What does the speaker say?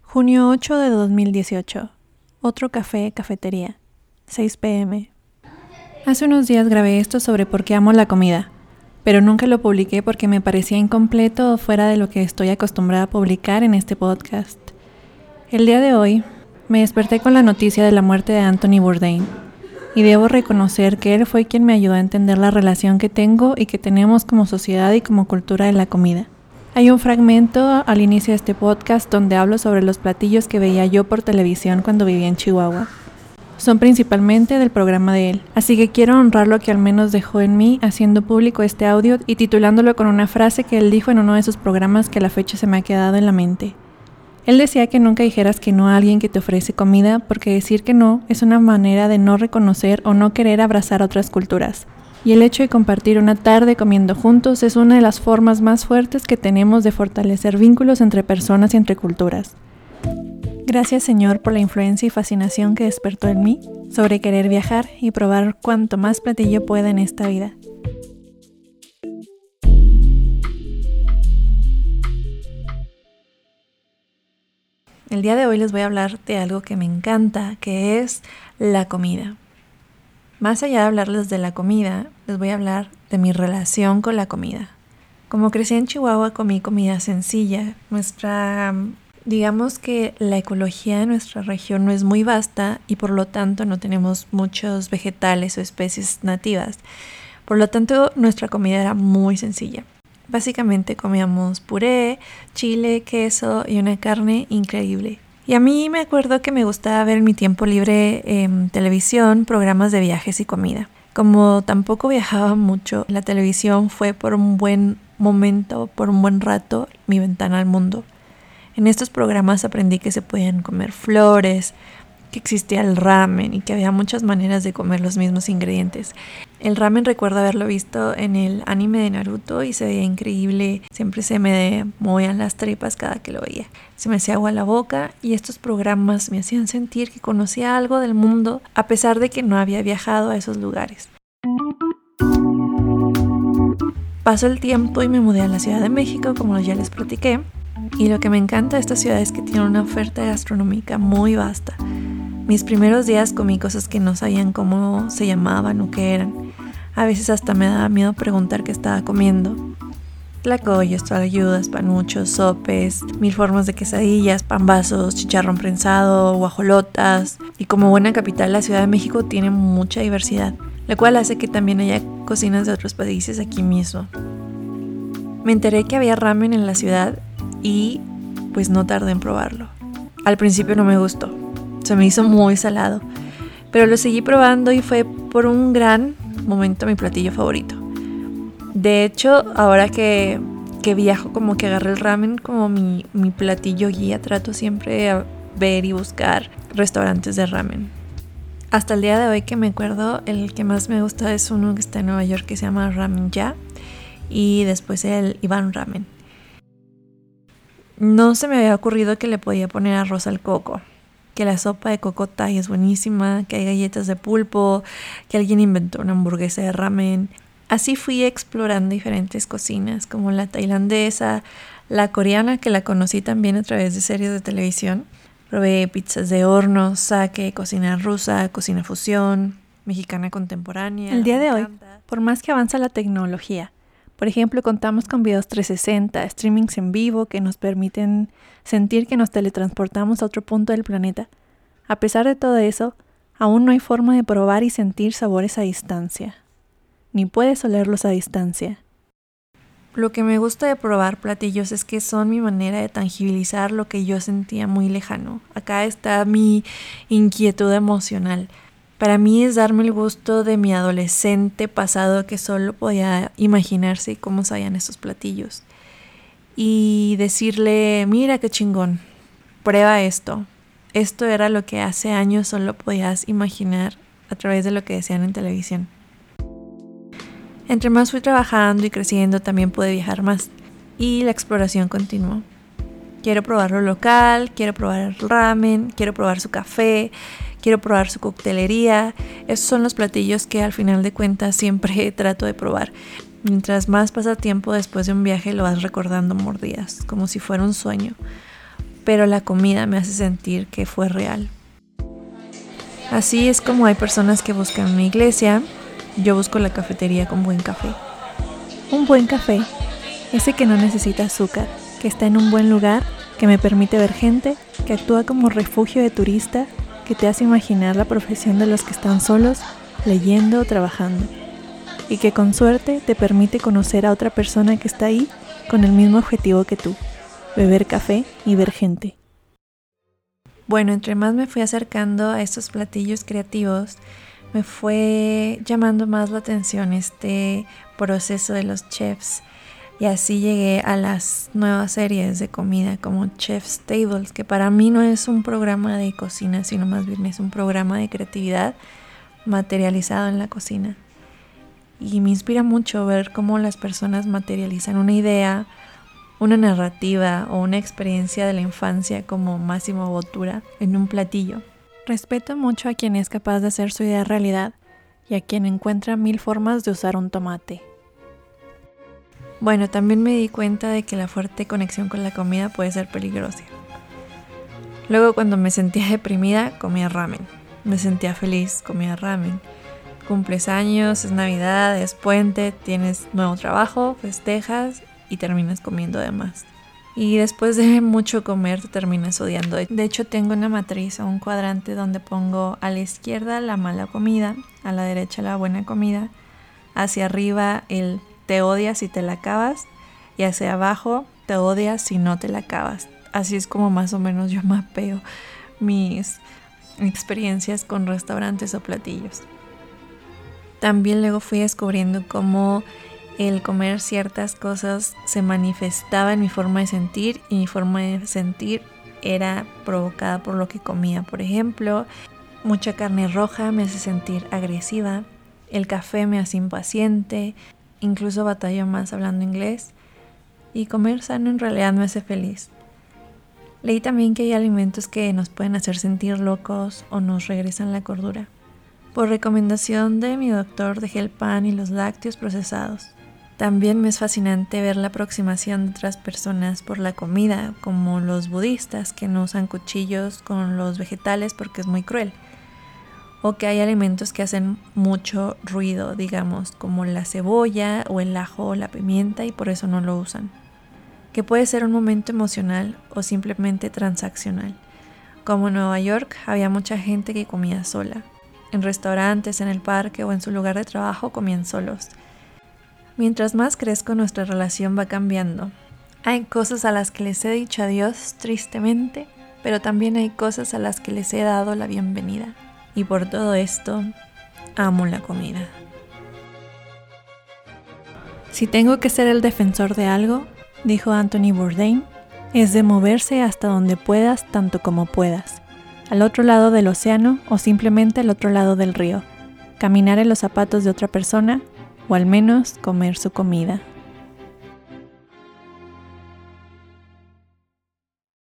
Junio 8 de 2018. Otro café, cafetería. 6 p.m. Hace unos días grabé esto sobre por qué amo la comida, pero nunca lo publiqué porque me parecía incompleto o fuera de lo que estoy acostumbrada a publicar en este podcast. El día de hoy me desperté con la noticia de la muerte de Anthony Bourdain, y debo reconocer que él fue quien me ayudó a entender la relación que tengo y que tenemos como sociedad y como cultura de la comida. Hay un fragmento al inicio de este podcast donde hablo sobre los platillos que veía yo por televisión cuando vivía en Chihuahua. Son principalmente del programa de él, así que quiero honrar lo que al menos dejó en mí haciendo público este audio y titulándolo con una frase que él dijo en uno de sus programas que a la fecha se me ha quedado en la mente. Él decía que nunca dijeras que no a alguien que te ofrece comida, porque decir que no es una manera de no reconocer o no querer abrazar otras culturas. Y el hecho de compartir una tarde comiendo juntos es una de las formas más fuertes que tenemos de fortalecer vínculos entre personas y entre culturas. Gracias, Señor, por la influencia y fascinación que despertó en mí sobre querer viajar y probar cuanto más platillo pueda en esta vida. El día de hoy les voy a hablar de algo que me encanta, que es la comida. Más allá de hablarles de la comida, les voy a hablar de mi relación con la comida. Como crecí en Chihuahua, comí comida sencilla. Digamos que la ecología de nuestra región no es muy vasta y por lo tanto no tenemos muchos vegetales o especies nativas. Por lo tanto, nuestra comida era muy sencilla. Básicamente comíamos puré, chile, queso y una carne increíble. Y a mí me acuerdo que me gustaba ver en mi tiempo libre en televisión programas de viajes y comida. Como tampoco viajaba mucho, la televisión fue por un buen momento, por un buen rato, mi ventana al mundo. En estos programas aprendí que se podían comer flores, que existía el ramen y que había muchas maneras de comer los mismos ingredientes. El ramen recuerdo haberlo visto en el anime de Naruto y se veía increíble. Siempre se me movían las tripas cada que lo veía. Se me hacía agua la boca y estos programas me hacían sentir que conocía algo del mundo a pesar de que no había viajado a esos lugares. Pasó el tiempo y me mudé a la Ciudad de México, como ya les platiqué. Y lo que me encanta de esta ciudad es que tiene una oferta gastronómica muy vasta. Mis primeros días comí cosas que no sabían cómo se llamaban o qué eran. A veces hasta me daba miedo preguntar qué estaba comiendo. Tlacoyos, tlayudas, panuchos, sopes, mil formas de quesadillas, pambazos, chicharrón prensado, guajolotas. Y como buena capital, la Ciudad de México tiene mucha diversidad, lo cual hace que también haya cocinas de otros países aquí mismo. Me enteré que había ramen en la ciudad y pues no tardé en probarlo. Al principio no me gustó. Se me hizo muy salado, pero lo seguí probando y fue por un gran momento mi platillo favorito. De hecho, ahora que viajo, como que agarré el ramen como mi platillo guía. Trato siempre a ver y buscar restaurantes de ramen. Hasta el día de hoy que me acuerdo, el que más me gusta es uno que está en Nueva York que se llama Ramen Ya, y después el Iván Ramen. No se me había ocurrido que le podía poner arroz al coco, que la sopa de coco Thai es buenísima, que hay galletas de pulpo, que alguien inventó una hamburguesa de ramen. Así fui explorando diferentes cocinas, como la tailandesa, la coreana, que la conocí también a través de series de televisión. Probé pizzas de horno, sake, cocina rusa, cocina fusión, mexicana contemporánea. El día de hoy, por más que avanza la tecnología, por ejemplo, contamos con videos 360, streamings en vivo que nos permiten sentir que nos teletransportamos a otro punto del planeta. A pesar de todo eso, aún no hay forma de probar y sentir sabores a distancia, ni puedes olerlos a distancia. Lo que me gusta de probar platillos es que son mi manera de tangibilizar lo que yo sentía muy lejano. Acá está mi inquietud emocional. Para mí es darme el gusto de mi adolescente pasado que solo podía imaginarse cómo sabían estos platillos. Y decirle, mira qué chingón, prueba esto. Esto era lo que hace años solo podías imaginar a través de lo que decían en televisión. Entre más fui trabajando y creciendo, también pude viajar más. Y la exploración continuó. Quiero probar lo local, quiero probar el ramen, quiero probar su café, quiero probar su coctelería. Esos son los platillos que al final de cuentas siempre trato de probar. Mientras más pasa tiempo después de un viaje lo vas recordando mordidas, como si fuera un sueño. pero la comida me hace sentir que fue real. Así es como hay personas que buscan una iglesia, yo busco la cafetería con buen café. Un buen café, ese que no necesita azúcar, que está en un buen lugar, que me permite ver gente, que actúa como refugio de turista, que te hace imaginar la profesión de los que están solos, leyendo o trabajando, y que con suerte te permite conocer a otra persona que está ahí con el mismo objetivo que tú, beber café y ver gente. Bueno, entre más me fui acercando a estos platillos creativos, me fue llamando más la atención este proceso de los chefs. Y así llegué a las nuevas series de comida como Chef's Tables, que para mí no es un programa de cocina, sino más bien es un programa de creatividad materializado en la cocina. Y me inspira mucho ver cómo las personas materializan una idea, una narrativa o una experiencia de la infancia como Massimo Bottura en un platillo. Respeto mucho a quien es capaz de hacer su idea realidad y a quien encuentra 1000 formas de usar un tomate. Bueno, también me di cuenta de que la fuerte conexión con la comida puede ser peligrosa. Luego, cuando me sentía deprimida, comía ramen. Me sentía feliz, comía ramen. Cumples años, es Navidad, es puente, tienes nuevo trabajo, festejas y terminas comiendo de más. Y después de mucho comer te terminas odiando. De hecho, tengo una matriz o un cuadrante donde pongo a la izquierda la mala comida, a la derecha la buena comida, hacia arriba el te odias si te la acabas y hacia abajo te odias si no te la acabas. Así es como más o menos yo mapeo mis experiencias con restaurantes o platillos. También luego fui descubriendo cómo el comer ciertas cosas se manifestaba en mi forma de sentir y mi forma de sentir era provocada por lo que comía. Por ejemplo, mucha carne roja me hace sentir agresiva, el café me hace impaciente, incluso batallo más hablando inglés y comer sano en realidad me hace feliz. Leí también que hay alimentos que nos pueden hacer sentir locos o nos regresan la cordura. Por recomendación de mi doctor dejé el pan y los lácteos procesados. También me es fascinante ver la aproximación de otras personas por la comida, como los budistas que no usan cuchillos con los vegetales porque es muy cruel. O que hay alimentos que hacen mucho ruido, digamos, como la cebolla o el ajo o la pimienta y por eso no lo usan. Que puede ser un momento emocional o simplemente transaccional. Como en Nueva York había mucha gente que comía sola. En restaurantes, en el parque o en su lugar de trabajo comían solos. Mientras más crezco, nuestra relación va cambiando. Hay cosas a las que les he dicho adiós tristemente, pero también hay cosas a las que les he dado la bienvenida. Y por todo esto, amo la comida. Si tengo que ser el defensor de algo, dijo Anthony Bourdain, es de moverse hasta donde puedas tanto como puedas, al otro lado del océano o simplemente al otro lado del río, caminar en los zapatos de otra persona o al menos comer su comida.